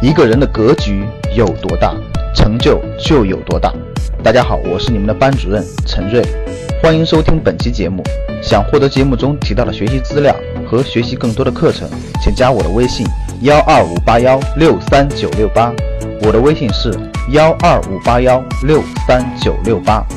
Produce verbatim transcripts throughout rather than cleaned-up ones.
一个人的格局有多大，成就就有多大。大家好，我是你们的班主任陈瑞，欢迎收听本期节目。想获得节目中提到的学习资料和学习更多的课程，请加我的微信幺二五八幺六三九六八，我的微信是幺二五八幺六三九六八。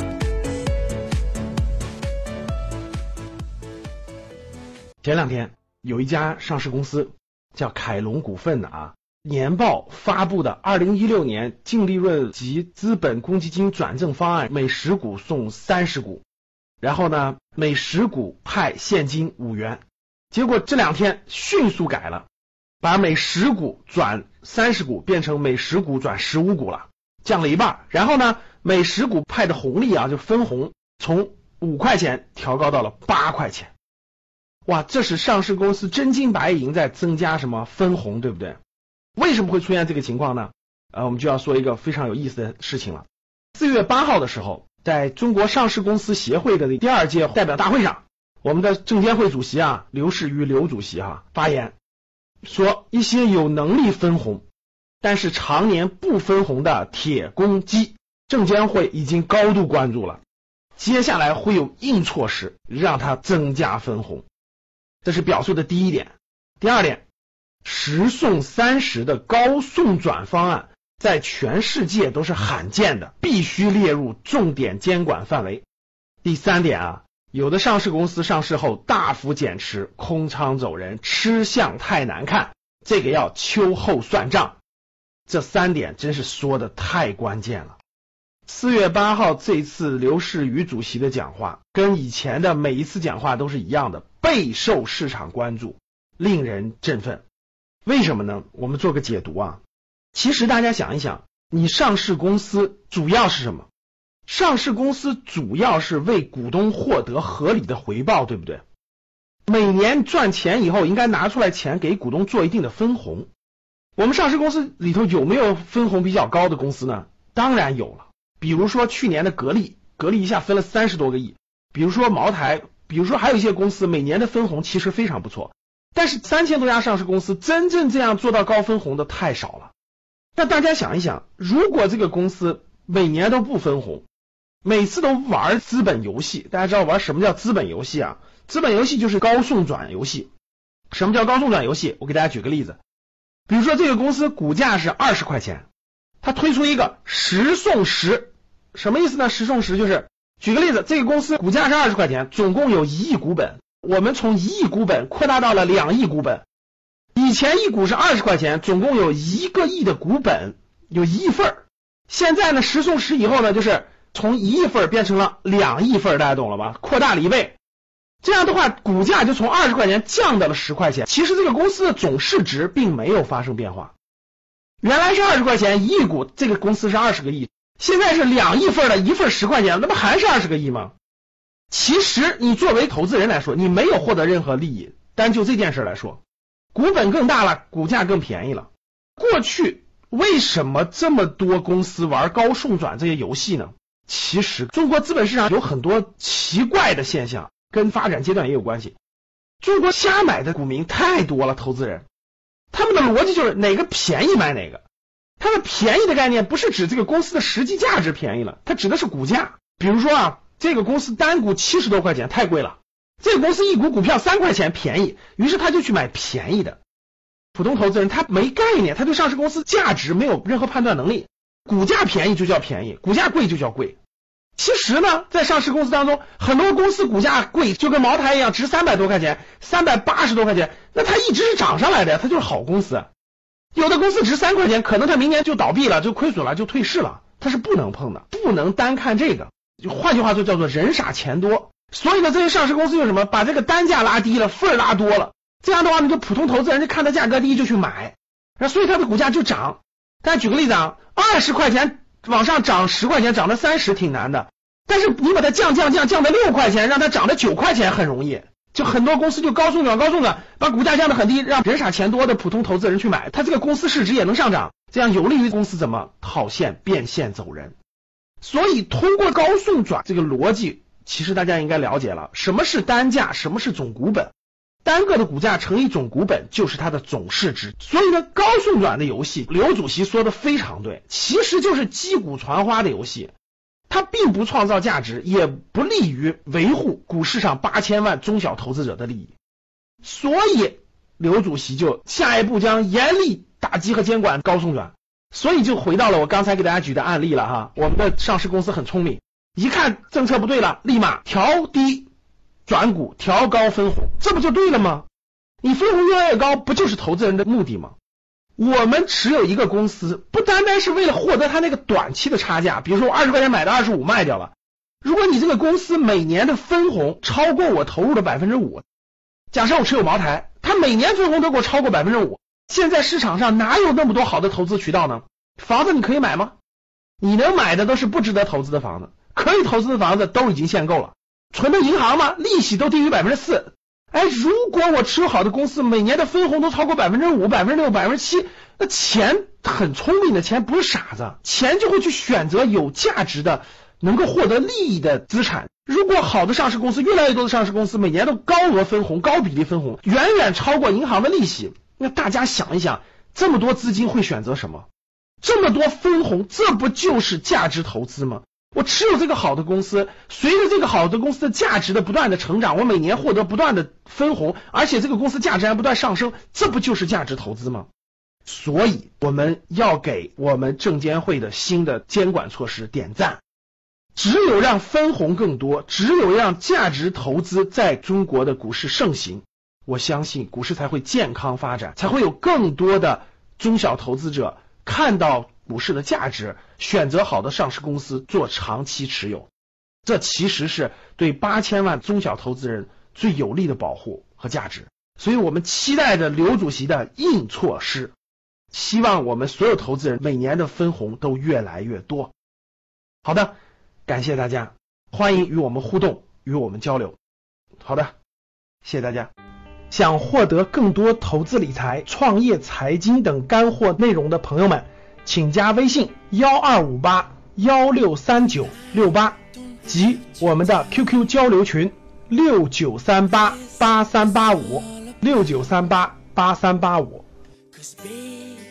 前两天有一家上市公司叫凯龙股份的啊，年报发布的二零一六年净利润及资本公积金转正方案，每十股送三十股，然后呢，每十股派现金五元。结果这两天迅速改了，把每十股转三十股变成每十股转十五股了，降了一半。然后呢，每十股派的红利啊，就分红从五块钱调高到了八块钱。哇，这是上市公司真金白银在增加什么分红，对不对？为什么会出现这个情况呢？呃，我们就要说一个非常有意思的事情了。四月八号的时候，在中国上市公司协会的第二届代表大会上，我们的证监会主席啊，刘士余刘主席哈、啊、发言说，一些有能力分红但是常年不分红的铁公鸡，证监会已经高度关注了，接下来会有硬措施让它增加分红。这是表述的第一点。第二点，十送三十的高送转方案在全世界都是罕见的，必须列入重点监管范围。第三点啊，有的上市公司上市后大幅减持，空仓走人，吃相太难看，这个要秋后算账。这三点真是说的太关键了。四月八号这一次刘士余主席的讲话跟以前的每一次讲话都是一样的，备受市场关注，令人振奋。为什么呢？我们做个解读啊。其实大家想一想，你上市公司主要是什么？上市公司主要是为股东获得合理的回报，对不对？每年赚钱以后应该拿出来钱给股东做一定的分红。我们上市公司里头有没有分红比较高的公司呢？当然有了。比如说去年的格力，格力一下分了三十多个亿，比如说茅台，比如说还有一些公司每年的分红其实非常不错，但是三千多家上市公司真正这样做到高分红的太少了。那大家想一想，如果这个公司每年都不分红，每次都玩资本游戏，大家知道玩什么叫资本游戏啊？资本游戏就是高送转游戏。什么叫高送转游戏？我给大家举个例子，比如说这个公司股价是二十块钱，他推出一个十送十，什么意思呢？十送十就是举个例子，这个公司股价是二十块钱，总共有一亿股本，我们从一亿股本扩大到了两亿股本。以前一股是二十块钱，总共有一个亿的股本，有一亿份。现在呢，十送十以后呢，就是从一亿份变成了两亿份，大家懂了吧？扩大了一倍。这样的话，股价就从二十块钱降到了十块钱。其实这个公司的总市值并没有发生变化。原来是二十块钱一亿股，这个公司是二十个亿，现在是两亿份的，一份十块钱，那不还是二十个亿吗？其实你作为投资人来说，你没有获得任何利益，单就这件事来说，股本更大了，股价更便宜了。过去为什么这么多公司玩高送转这些游戏呢？其实中国资本市场有很多奇怪的现象，跟发展阶段也有关系。中国瞎买的股民太多了，投资人他们的逻辑就是哪个便宜买哪个。它的便宜的概念不是指这个公司的实际价值便宜了，它指的是股价。比如说啊，这个公司单股七十多块钱太贵了，这个公司一股股票三块钱便宜，于是他就去买便宜的。普通投资人他没概念，他对上市公司价值没有任何判断能力，股价便宜就叫便宜，股价贵就叫贵。其实呢，在上市公司当中，很多公司股价贵，就跟茅台一样，值三百多块钱，三百八十多块钱，那它一直是涨上来的，它就是好公司。有的公司值三块钱，可能它明年就倒闭了，就亏损了，就退市了，它是不能碰的，不能单看这个。就换句话说，叫做人傻钱多。所以呢，这些上市公司有什么？把这个单价拉低了，份儿拉多了，这样的话，你就普通投资人就看它价格低就去买，所以它的股价就涨。大家举个例子啊，二十块钱往上涨十块钱，涨到三十挺难的，但是你把它降降降降到六块钱，让它涨到九块钱很容易。就很多公司就高送转高送转，把股价降得很低，让人傻钱多的普通投资人去买，它这个公司市值也能上涨，这样有利于公司怎么套现变现走人。所以通过高送转这个逻辑，其实大家应该了解了什么是单价，什么是总股本。 单个的股价乘以总股本就是它的总市值。所以呢，高送转的游戏，刘主席说的非常对，其实就是击鼓传花的游戏，它并不创造价值，也不利于维护股市上八千万中小投资者的利益。所以刘主席就下一步将严厉打击和监管高送转。所以就回到了我刚才给大家举的案例了哈，我们的上市公司很聪明，一看政策不对了，立马调低转股，调高分红，这不就对了吗？你分红越来越高，不就是投资人的目的吗？我们持有一个公司，不单单是为了获得它那个短期的差价，比如说我二十块钱买的二十五卖掉了，如果你这个公司每年的分红超过我投入的百分之五，假设我持有茅台，它每年分红都给我超过百分之五，现在市场上哪有那么多好的投资渠道呢？房子你可以买吗？你能买的都是不值得投资的房子，可以投资的房子都已经限购了。存的银行吗？利息都低于百分之四。哎，如果我持有好的公司，每年的分红都超过百分之五、百分之六、百分之七，那钱很聪明的钱不是傻子，钱就会去选择有价值的、能够获得利益的资产。如果好的上市公司，越来越多的上市公司每年都高额分红、高比例分红，远远超过银行的利息，那大家想一想，这么多资金会选择什么？这么多分红，这不就是价值投资吗？我持有这个好的公司，随着这个好的公司的价值的不断的成长，我每年获得不断的分红，而且这个公司价值还不断上升，这不就是价值投资吗？所以我们要给我们证监会的新的监管措施点赞。只有让分红更多，只有让价值投资在中国的股市盛行，我相信股市才会健康发展，才会有更多的中小投资者看到股市的价值，选择好的上市公司做长期持有。这其实是对八千万中小投资人最有力的保护和价值。所以我们期待着刘主席的硬措施，希望我们所有投资人每年的分红都越来越多。好的，感谢大家，欢迎与我们互动，与我们交流。好的，谢谢大家。想获得更多投资理财、创业财经等干货内容的朋友们，请加微信幺二五八幺六三九六八及我们的 Q Q 交流群六九三八八三八五六九三八八三八五。